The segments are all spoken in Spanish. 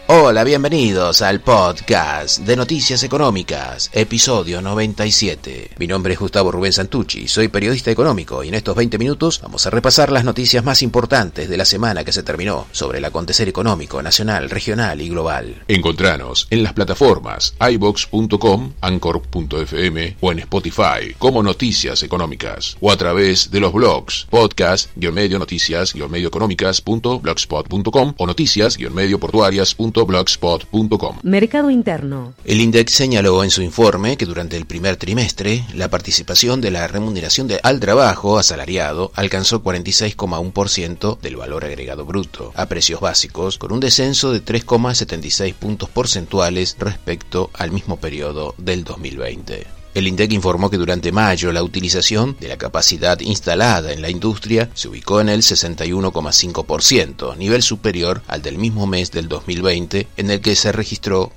Hola, bienvenidos al podcast de Noticias Económicas, episodio 97. Mi nombre es Gustavo Rubén Santucci, soy periodista económico y en estos 20 minutos vamos a repasar las noticias más importantes de la semana que se terminó sobre el acontecer económico, nacional, regional y global. Encontranos en las plataformas iVox.com, Anchor.fm o en Spotify como Noticias Económicas o a través de los blogs podcast-noticias-medioeconómicas.blogspot.com o noticias-medioportuarias.blogspot.com. Mercado interno. El INDEC señaló en su informe que durante el primer trimestre la participación de la remuneración al trabajo asalariado alcanzó 46,1% del valor agregado bruto a precios básicos, con un descenso de 3,76 puntos porcentuales respecto al mismo periodo del 2020. El INDEC informó que durante mayo la utilización de la capacidad instalada en la industria se ubicó en el 61,5%, nivel superior al del mismo mes del 2020, en el que se registró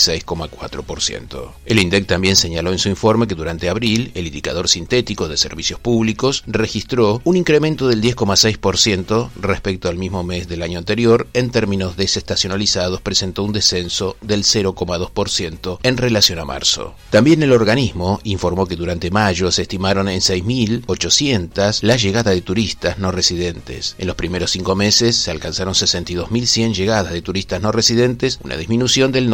46,4%. El INDEC también señaló en su informe que durante abril el indicador sintético de servicios públicos registró un incremento del 10,6% respecto al mismo mes del año anterior. En términos desestacionalizados presentó un descenso del 0,2% en relación a marzo. También el organismo informó que durante mayo se estimaron en 6.800 la llegada de turistas no residentes. En los primeros 5 meses se alcanzaron 62.100 llegadas de turistas no residentes, una disminución del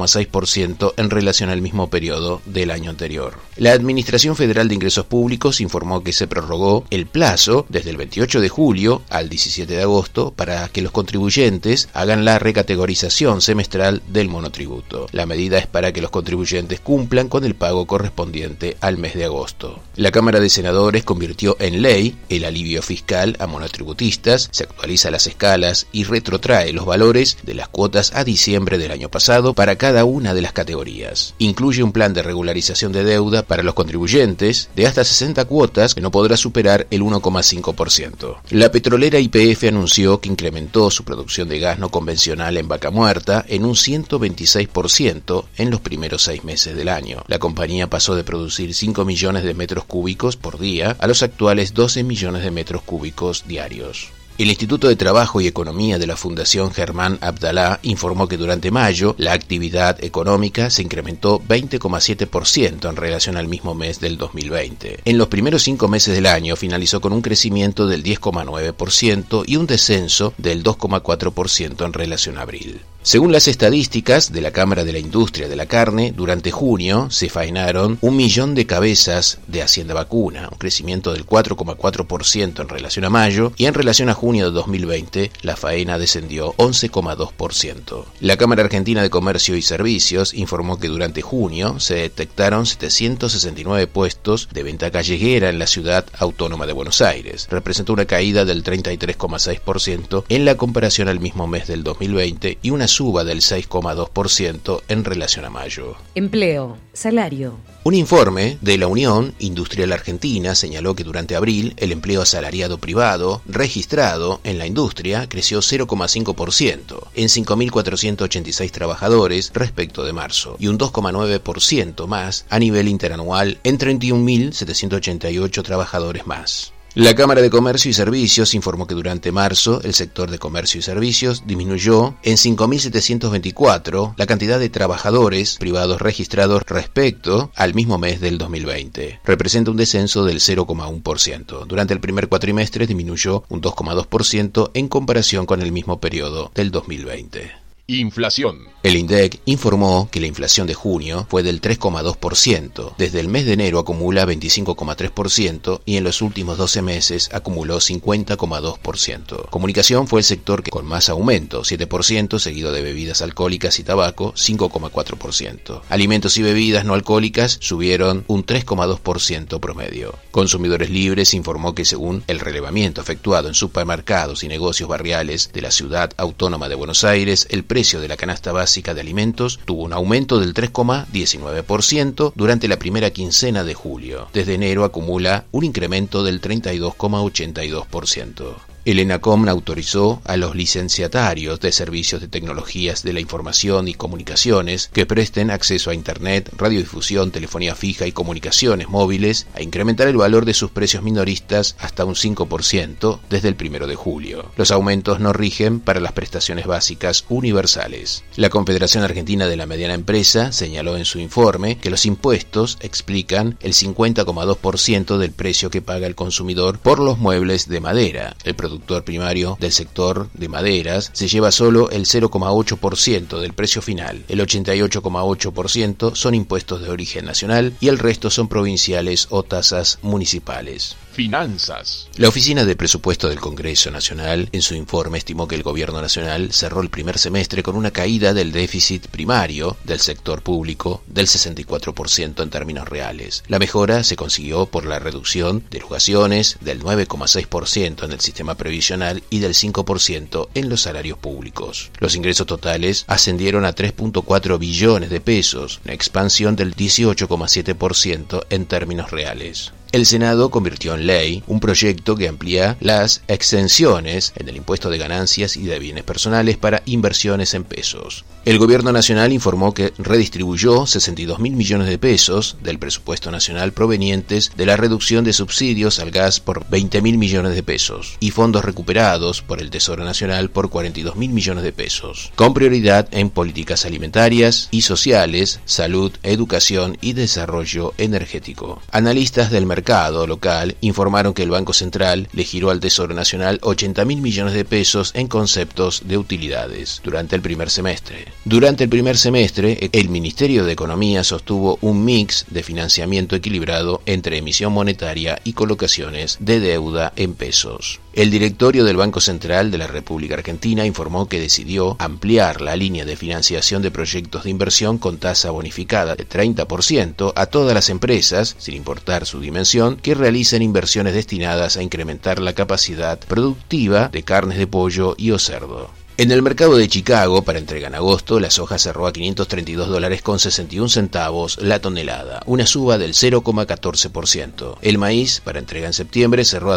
90,6% en relación al mismo periodo del año anterior. La Administración Federal de Ingresos Públicos informó que se prorrogó el plazo desde el 28 de julio al 17 de agosto para que los contribuyentes hagan la recategorización semestral del monotributo. La medida es para que los contribuyentes cumplan con el pago correspondiente al mes de agosto. La Cámara de Senadores convirtió en ley el alivio fiscal a monotributistas, se actualiza las escalas y retrotrae los valores de las cuotas a diciembre del año pasado para cada una de las categorías. Incluye un plan de regularización de deuda para los contribuyentes de hasta 60 cuotas que no podrá superar el 1,5%. La petrolera YPF anunció que incrementó su producción de gas no convencional en Vaca Muerta en un 126% en los primeros 6 meses del año. La compañía pasó de producir 5 millones de metros cúbicos por día a los actuales 12 millones de metros cúbicos diarios. El Instituto de Trabajo y Economía de la Fundación Germán Abdalá informó que durante mayo la actividad económica se incrementó 20,7% en relación al mismo mes del 2020. En los primeros 5 meses del año finalizó con un crecimiento del 10,9% y un descenso del 2,4% en relación a abril. Según las estadísticas de la Cámara de la Industria de la Carne, durante junio se faenaron 1 millón de cabezas de hacienda vacuna, un crecimiento del 4,4% en relación a mayo, y en relación a junio de 2020 la faena descendió 11,2%. La Cámara Argentina de Comercio y Servicios informó que durante junio se detectaron 769 puestos de venta callejera en la ciudad autónoma de Buenos Aires. Representó una caída del 33,6% en la comparación al mismo mes del 2020 y una suba del 6,2% en relación a mayo. Empleo, salario. Un informe de la Unión Industrial Argentina señaló que durante abril el empleo asalariado privado registrado en la industria creció 0,5% en 5.486 trabajadores respecto de marzo y un 2,9% más a nivel interanual en 31.788 trabajadores más. La Cámara de Comercio y Servicios informó que durante marzo el sector de comercio y servicios disminuyó en 5.724 la cantidad de trabajadores privados registrados respecto al mismo mes del 2020. Representa un descenso del 0,1%. Durante el primer cuatrimestre disminuyó un 2,2% en comparación con el mismo periodo del 2020. Inflación. El INDEC informó que la inflación de junio fue del 3,2%. Desde el mes de enero acumula 25,3% y en los últimos 12 meses acumuló 50,2%. Comunicación fue el sector que con más aumento, 7%, seguido de bebidas alcohólicas y tabaco, 5,4%. Alimentos y bebidas no alcohólicas subieron un 3,2% promedio. Consumidores Libres informó que según el relevamiento efectuado en supermercados y negocios barriales de la ciudad autónoma de Buenos Aires, el precio de la canasta básica de alimentos tuvo un aumento del 3,19% durante la primera quincena de julio. Desde enero acumula un incremento del 32,82%. El ENACOM autorizó a los licenciatarios de servicios de tecnologías de la información y comunicaciones que presten acceso a Internet, radiodifusión, telefonía fija y comunicaciones móviles a incrementar el valor de sus precios minoristas hasta un 5% desde el 1 de julio. Los aumentos no rigen para las prestaciones básicas universales. La Confederación Argentina de la Mediana Empresa señaló en su informe que los impuestos explican el 50,2% del precio que paga el consumidor por los muebles de madera. El productor primario del sector de maderas se lleva solo el 0,8% del precio final. El 88,8% son impuestos de origen nacional y el resto son provinciales o tasas municipales. Finanzas. La Oficina de Presupuesto del Congreso Nacional, en su informe, estimó que el Gobierno Nacional cerró el primer semestre con una caída del déficit primario del sector público del 64% en términos reales. La mejora se consiguió por la reducción de erogaciones del 9,6% en el sistema previsional y del 5% en los salarios públicos. Los ingresos totales ascendieron a 3,4 billones de pesos, una expansión del 18,7% en términos reales. El Senado convirtió en ley un proyecto que amplía las exenciones en el impuesto de ganancias y de bienes personales para inversiones en pesos. El Gobierno Nacional informó que redistribuyó 62.000 millones de pesos del presupuesto nacional provenientes de la reducción de subsidios al gas por 20.000 millones de pesos y fondos recuperados por el Tesoro Nacional por 42.000 millones de pesos, con prioridad en políticas alimentarias y sociales, salud, educación y desarrollo energético. Analistas del mercado local informaron que el Banco Central le giró al Tesoro Nacional 80.000 millones de pesos en conceptos de utilidades durante el primer semestre. Durante el primer semestre, el Ministerio de Economía sostuvo un mix de financiamiento equilibrado entre emisión monetaria y colocaciones de deuda en pesos. El directorio del Banco Central de la República Argentina informó que decidió ampliar la línea de financiación de proyectos de inversión con tasa bonificada de 30% a todas las empresas, sin importar su dimensión, que realicen inversiones destinadas a incrementar la capacidad productiva de carnes de pollo y o cerdo. En el mercado de Chicago, para entrega en agosto, la soja cerró a $532,61 la tonelada, una suba del 0,14%. El maíz, para entrega en septiembre, cerró a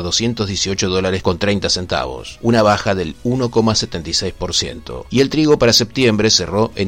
$218,30, una baja del 1,76%. Y el trigo para septiembre cerró en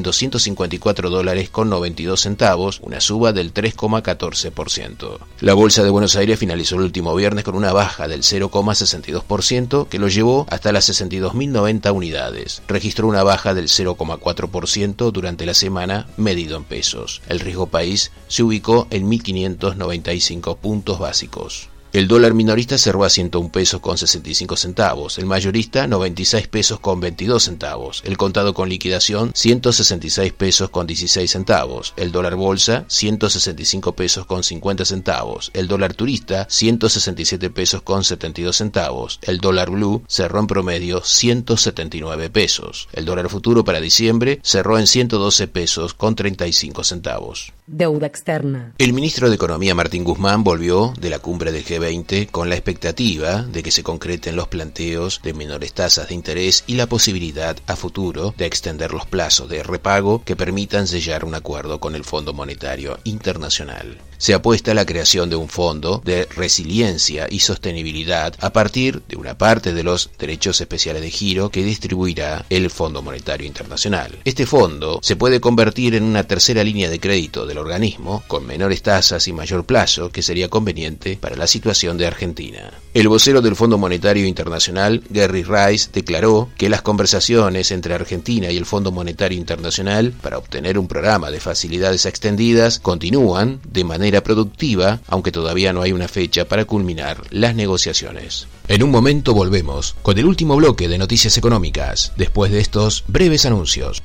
$254,92, una suba del 3,14%. La Bolsa de Buenos Aires finalizó el último viernes con una baja del 0,62%, que lo llevó hasta las 62.090 unidades. Registró una baja del 0,4% durante la semana medido en pesos. El riesgo país se ubicó en 1.595 puntos básicos. El dólar minorista cerró a 101 pesos con 65 centavos, el mayorista 96 pesos con 22 centavos, el contado con liquidación 166 pesos con 16 centavos, el dólar bolsa 165 pesos con 50 centavos, el dólar turista 167 pesos con 72 centavos, el dólar blue cerró en promedio 179 pesos, el dólar futuro para diciembre cerró en 112 pesos con 35 centavos. Deuda externa. El ministro de Economía Martín Guzmán volvió de la cumbre del G20 con la expectativa de que se concreten los planteos de menores tasas de interés y la posibilidad a futuro de extender los plazos de repago que permitan sellar un acuerdo con el Fondo Monetario Internacional. Se apuesta a la creación de un fondo de resiliencia y sostenibilidad a partir de una parte de los derechos especiales de giro que distribuirá el Fondo Monetario Internacional. Este fondo se puede convertir en una tercera línea de crédito del organismo con menores tasas y mayor plazo que sería conveniente para la situación de Argentina. El vocero del Fondo Monetario Internacional, Gary Rice, declaró que las conversaciones entre Argentina y el Fondo Monetario Internacional para obtener un programa de facilidades extendidas continúan de manera productiva, aunque todavía no hay una fecha para culminar las negociaciones. En un momento volvemos con el último bloque de noticias económicas, después de estos breves anuncios.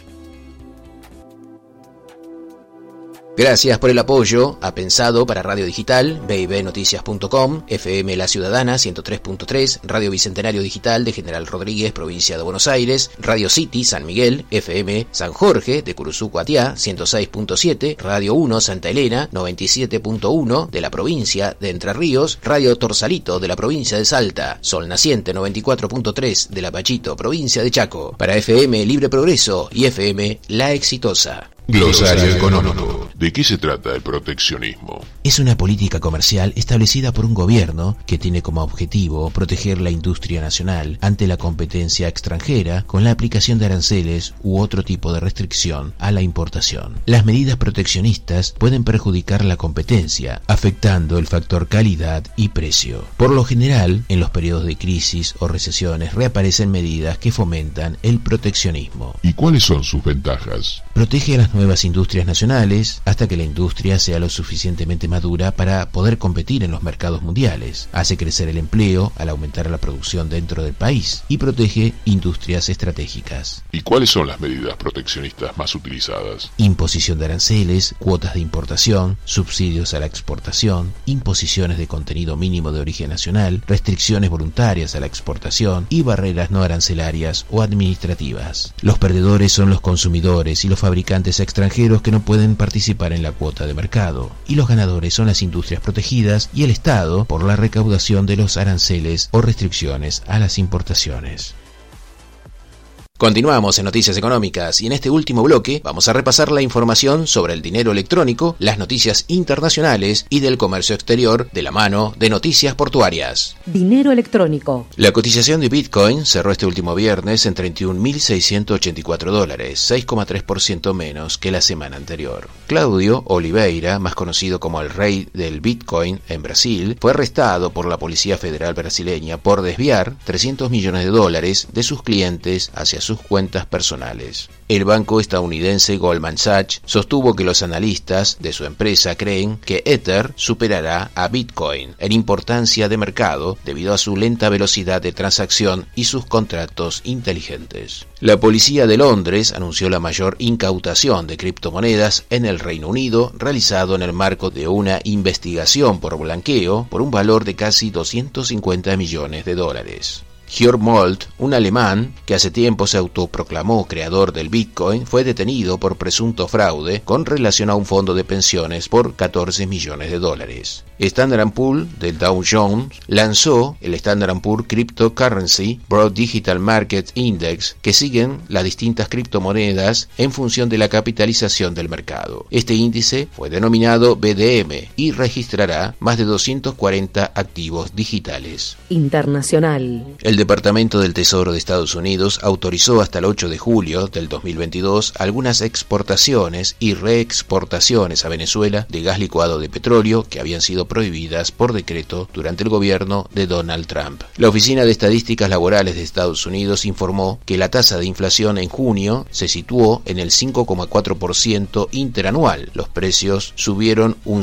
Gracias por el apoyo a Pensado para Radio Digital, bibnoticias.com, FM La Ciudadana 103.3, Radio Bicentenario Digital de General Rodríguez, provincia de Buenos Aires, Radio City San Miguel, FM San Jorge de Curuzú Cuatiá 106.7, Radio 1 Santa Elena 97.1 de la provincia de Entre Ríos, Radio Torsalito de la provincia de Salta, Sol Naciente 94.3 de La Pachito, provincia de Chaco, para FM Libre Progreso y FM La Exitosa. Glosario económico. ¿De qué se trata el proteccionismo? Es una política comercial establecida por un gobierno que tiene como objetivo proteger la industria nacional ante la competencia extranjera con la aplicación de aranceles u otro tipo de restricción a la importación. Las medidas proteccionistas pueden perjudicar la competencia, afectando el factor calidad y precio. Por lo general, en los periodos de crisis o recesiones reaparecen medidas que fomentan el proteccionismo. ¿Y cuáles son sus ventajas? Protege a las nuevas industrias nacionales hasta que la industria sea lo suficientemente madura para poder competir en los mercados mundiales. Hace crecer el empleo al aumentar la producción dentro del país y protege industrias estratégicas. ¿Y cuáles son las medidas proteccionistas más utilizadas? Imposición de aranceles, cuotas de importación, subsidios a la exportación, imposiciones de contenido mínimo de origen nacional, restricciones voluntarias a la exportación y barreras no arancelarias o administrativas. Los perdedores son los consumidores y los fabricantes extranjeros que no pueden participar en la cuota de mercado, y los ganadores son las industrias protegidas y el Estado por la recaudación de los aranceles o restricciones a las importaciones. Continuamos en Noticias Económicas y en este último bloque vamos a repasar la información sobre el dinero electrónico, las noticias internacionales y del comercio exterior de la mano de Noticias Portuarias. Dinero electrónico. La cotización de Bitcoin cerró este último viernes en $31.684, 6,3% menos que la semana anterior. Claudio Oliveira, más conocido como el rey del Bitcoin en Brasil, fue arrestado por la Policía Federal brasileña por desviar $300 millones de sus clientes hacia sus cuentas personales. El banco estadounidense Goldman Sachs sostuvo que los analistas de su empresa creen que Ether superará a Bitcoin en importancia de mercado debido a su lenta velocidad de transacción y sus contratos inteligentes. La policía de Londres anunció la mayor incautación de criptomonedas en el Reino Unido, realizado en el marco de una investigación por blanqueo por un valor de casi $250 millones. Georg Molt, un alemán que hace tiempo se autoproclamó creador del Bitcoin, fue detenido por presunto fraude con relación a un fondo de pensiones por $14 millones. Standard & Poor's del Dow Jones lanzó el Standard & Poor's Cryptocurrency Broad Digital Market Index, que siguen las distintas criptomonedas en función de la capitalización del mercado. Este índice fue denominado BDM y registrará más de 240 activos digitales. Internacional. El Departamento del Tesoro de Estados Unidos autorizó hasta el 8 de julio del 2022 algunas exportaciones y reexportaciones a Venezuela de gas licuado de petróleo que habían sido prohibidas por decreto durante el gobierno de Donald Trump. La Oficina de Estadísticas Laborales de Estados Unidos informó que la tasa de inflación en junio se situó en el 5,4% interanual. Los precios subieron un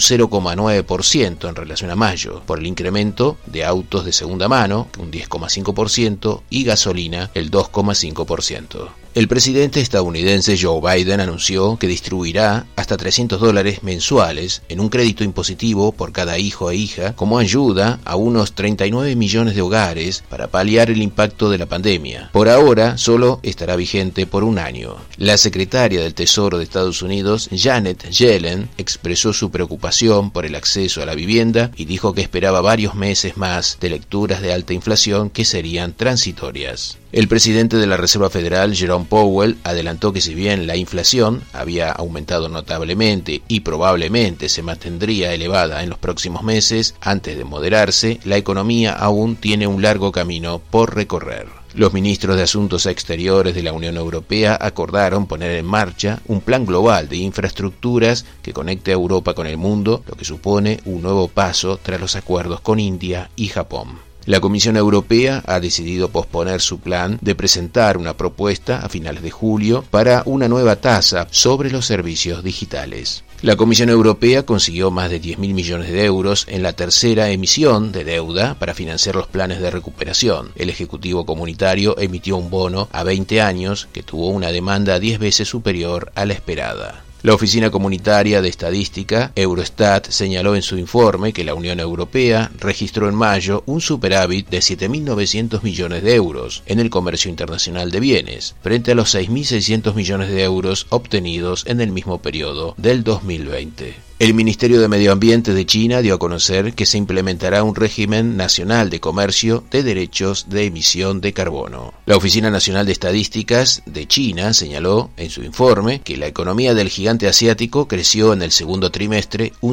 0,9% en relación a mayo, por el incremento de autos de segunda mano, un 10,5%, y gasolina, el 2,5%. El presidente estadounidense Joe Biden anunció que distribuirá hasta $300 mensuales en un crédito impositivo por cada hijo e hija como ayuda a unos 39 millones de hogares para paliar el impacto de la pandemia. Por ahora, solo estará vigente por un año. La secretaria del Tesoro de Estados Unidos, Janet Yellen, expresó su preocupación por el acceso a la vivienda y dijo que esperaba varios meses más de lecturas de alta inflación que serían transitorias. El presidente de la Reserva Federal, Jerome Powell, adelantó que si bien la inflación había aumentado notablemente y probablemente se mantendría elevada en los próximos meses, antes de moderarse, la economía aún tiene un largo camino por recorrer. Los ministros de Asuntos Exteriores de la Unión Europea acordaron poner en marcha un plan global de infraestructuras que conecte a Europa con el mundo, lo que supone un nuevo paso tras los acuerdos con India y Japón. La Comisión Europea ha decidido posponer su plan de presentar una propuesta a finales de julio para una nueva tasa sobre los servicios digitales. La Comisión Europea consiguió más de 10.000 millones de euros en la tercera emisión de deuda para financiar los planes de recuperación. El Ejecutivo Comunitario emitió un bono a 20 años que tuvo una demanda 10 veces superior a la esperada. La Oficina Comunitaria de Estadística, Eurostat, señaló en su informe que la Unión Europea registró en mayo un superávit de 7.900 millones de euros en el comercio internacional de bienes, frente a los 6.600 millones de euros obtenidos en el mismo periodo del 2020. El Ministerio de Medio Ambiente de China dio a conocer que se implementará un régimen nacional de comercio de derechos de emisión de carbono. La Oficina Nacional de Estadísticas de China señaló en su informe que la economía del gigante asiático creció en el segundo trimestre un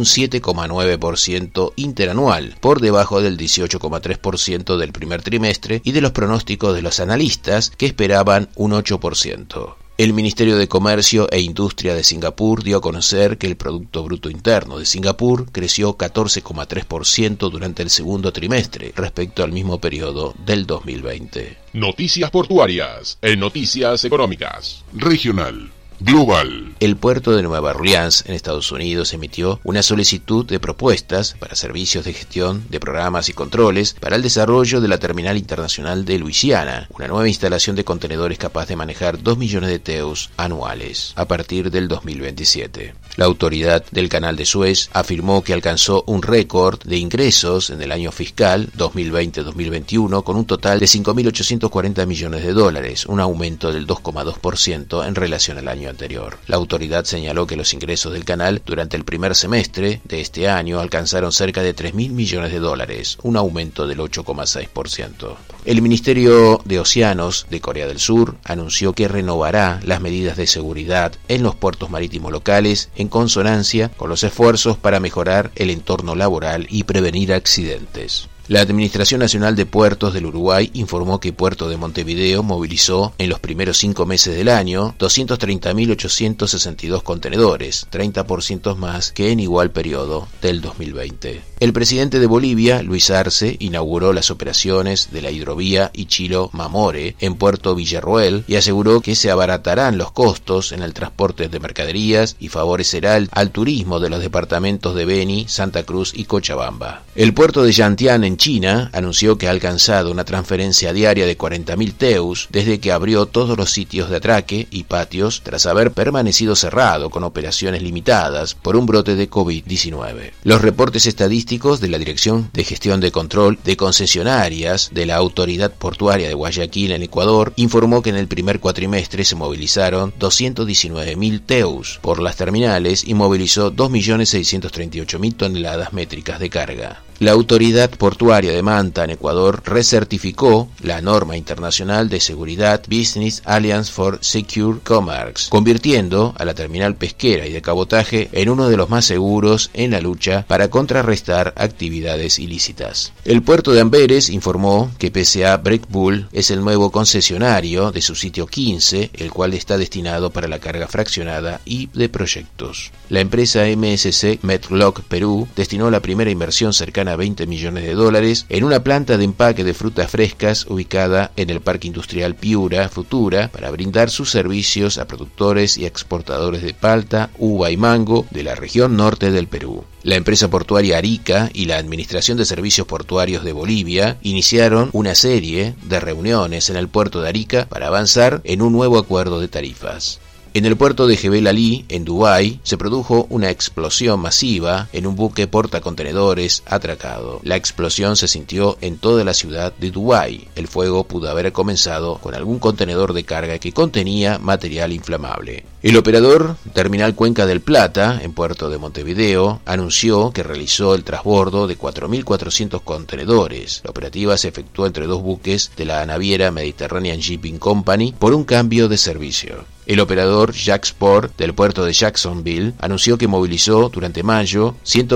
7,9% interanual, por debajo del 18,3% del primer trimestre y de los pronósticos de los analistas que esperaban un 8%. El Ministerio de Comercio e Industria de Singapur dio a conocer que el Producto Bruto Interno de Singapur creció 14,3% durante el segundo trimestre respecto al mismo periodo del 2020. Noticias portuarias en Noticias Económicas. Regional. Global. El puerto de Nueva Orleans, en Estados Unidos, emitió una solicitud de propuestas para servicios de gestión de programas y controles para el desarrollo de la Terminal Internacional de Luisiana, una nueva instalación de contenedores capaz de manejar 2 millones de TEUs anuales a partir del 2027. La autoridad del Canal de Suez afirmó que alcanzó un récord de ingresos en el año fiscal 2020-2021 con un total de $5.840 millones, un aumento del 2,2% en relación al año anterior. La autoridad señaló que los ingresos del canal durante el primer semestre de este año alcanzaron cerca de $3.000 millones, un aumento del 8,6%. El Ministerio de Océanos de Corea del Sur anunció que renovará las medidas de seguridad en los puertos marítimos locales en consonancia con los esfuerzos para mejorar el entorno laboral y prevenir accidentes. La Administración Nacional de Puertos del Uruguay informó que Puerto de Montevideo movilizó en los primeros 5 meses del año 230.862 contenedores, 30% más que en igual periodo del 2020. El presidente de Bolivia, Luis Arce, inauguró las operaciones de la hidrovía Ichilo-Mamore en Puerto Villarroel y aseguró que se abaratarán los costos en el transporte de mercaderías y favorecerá al turismo de los departamentos de Beni, Santa Cruz y Cochabamba. El puerto de Yantian en China anunció que ha alcanzado una transferencia diaria de 40.000 TEUs desde que abrió todos los sitios de atraque y patios tras haber permanecido cerrado con operaciones limitadas por un brote de COVID-19. Los reportes estadísticos de la Dirección de Gestión de Control de Concesionarias de la Autoridad Portuaria de Guayaquil en Ecuador informó que en el primer cuatrimestre se movilizaron 219.000 TEUs por las terminales y movilizó 2.638.000 toneladas métricas de carga. La Autoridad Portuaria de Manta, en Ecuador, recertificó la norma internacional de seguridad Business Alliance for Secure Commerce, convirtiendo a la terminal pesquera y de cabotaje en uno de los más seguros en la lucha para contrarrestar actividades ilícitas. El puerto de Amberes informó que PSA Breakbull es el nuevo concesionario de su sitio 15, el cual está destinado para la carga fraccionada y de proyectos. La empresa MSC Medlock Perú destinó la primera inversión cercana a $20 millones en una planta de empaque de frutas frescas ubicada en el Parque Industrial Piura Futura para brindar sus servicios a productores y exportadores de palta, uva y mango de la región norte del Perú. La empresa portuaria Arica y la Administración de Servicios Portuarios de Bolivia iniciaron una serie de reuniones en el puerto de Arica para avanzar en un nuevo acuerdo de tarifas. En el puerto de Jebel Ali, en Dubái, se produjo una explosión masiva en un buque portacontenedores atracado. La explosión se sintió en toda la ciudad de Dubái. El fuego pudo haber comenzado con algún contenedor de carga que contenía material inflamable. El operador Terminal Cuenca del Plata, en Puerto de Montevideo, anunció que realizó el transbordo de 4.400 contenedores. La operativa se efectuó entre dos buques de la naviera Mediterranean Shipping Company por un cambio de servicio. El operador Jacksport del puerto de Jacksonville anunció que movilizó durante mayo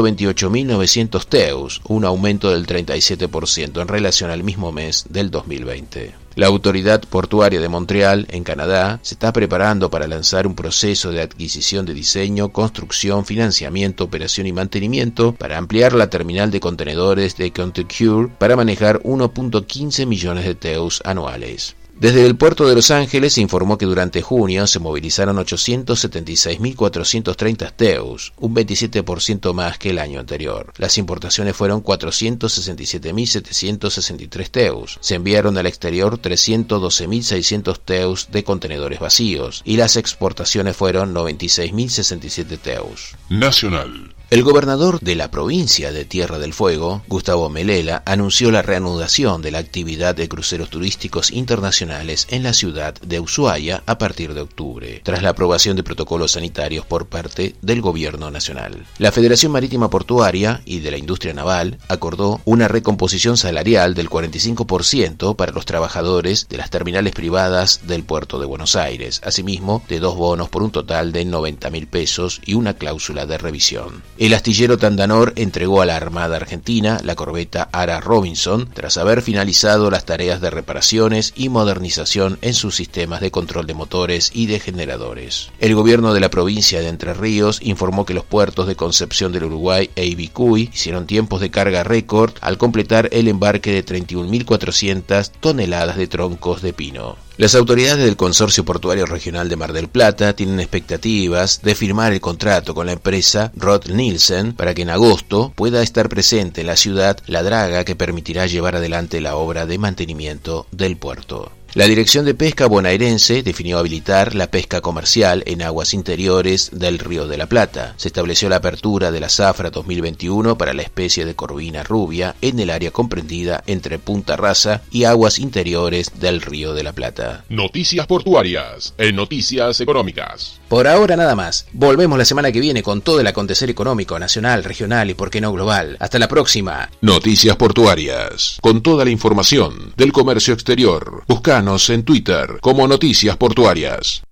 128.900 TEUs, un aumento del 37% en relación al mismo mes del 2020. La Autoridad Portuaria de Montreal, en Canadá, se está preparando para lanzar un proceso de adquisición de diseño, construcción, financiamiento, operación y mantenimiento para ampliar la terminal de contenedores de Contecure para manejar 1.15 millones de TEUs anuales. Desde el puerto de Los Ángeles se informó que durante junio se movilizaron 876.430 TEUs, un 27% más que el año anterior. Las importaciones fueron 467.763 TEUs. Se enviaron al exterior 312.600 TEUs de contenedores vacíos y las exportaciones fueron 96.067 TEUs. Nacional. El gobernador de la provincia de Tierra del Fuego, Gustavo Melela, anunció la reanudación de la actividad de cruceros turísticos internacionales en la ciudad de Ushuaia a partir de octubre, tras la aprobación de protocolos sanitarios por parte del gobierno nacional. La Federación Marítima Portuaria y de la Industria Naval acordó una recomposición salarial del 45% para los trabajadores de las terminales privadas del puerto de Buenos Aires, asimismo de 2 bonos por un total de 90.000 pesos y una cláusula de revisión. El astillero Tandanor entregó a la Armada Argentina la corbeta Ara Robinson tras haber finalizado las tareas de reparaciones y modernización en sus sistemas de control de motores y de generadores. El gobierno de la provincia de Entre Ríos informó que los puertos de Concepción del Uruguay e Ibicuy hicieron tiempos de carga récord al completar el embarque de 31.400 toneladas de troncos de pino. Las autoridades del Consorcio Portuario Regional de Mar del Plata tienen expectativas de firmar el contrato con la empresa Rod Nielsen para que en agosto pueda estar presente en la ciudad la draga que permitirá llevar adelante la obra de mantenimiento del puerto. La Dirección de Pesca bonaerense definió habilitar la pesca comercial en aguas interiores del Río de la Plata. Se estableció la apertura de la zafra 2021 para la especie de corvina rubia en el área comprendida entre Punta Rasa y aguas interiores del Río de la Plata. Noticias portuarias en Noticias Económicas. Por ahora nada más. Volvemos la semana que viene con todo el acontecer económico, nacional, regional y por qué no global. Hasta la próxima. Noticias portuarias, con toda la información del comercio exterior. Búscanos en Twitter como Noticias Portuarias.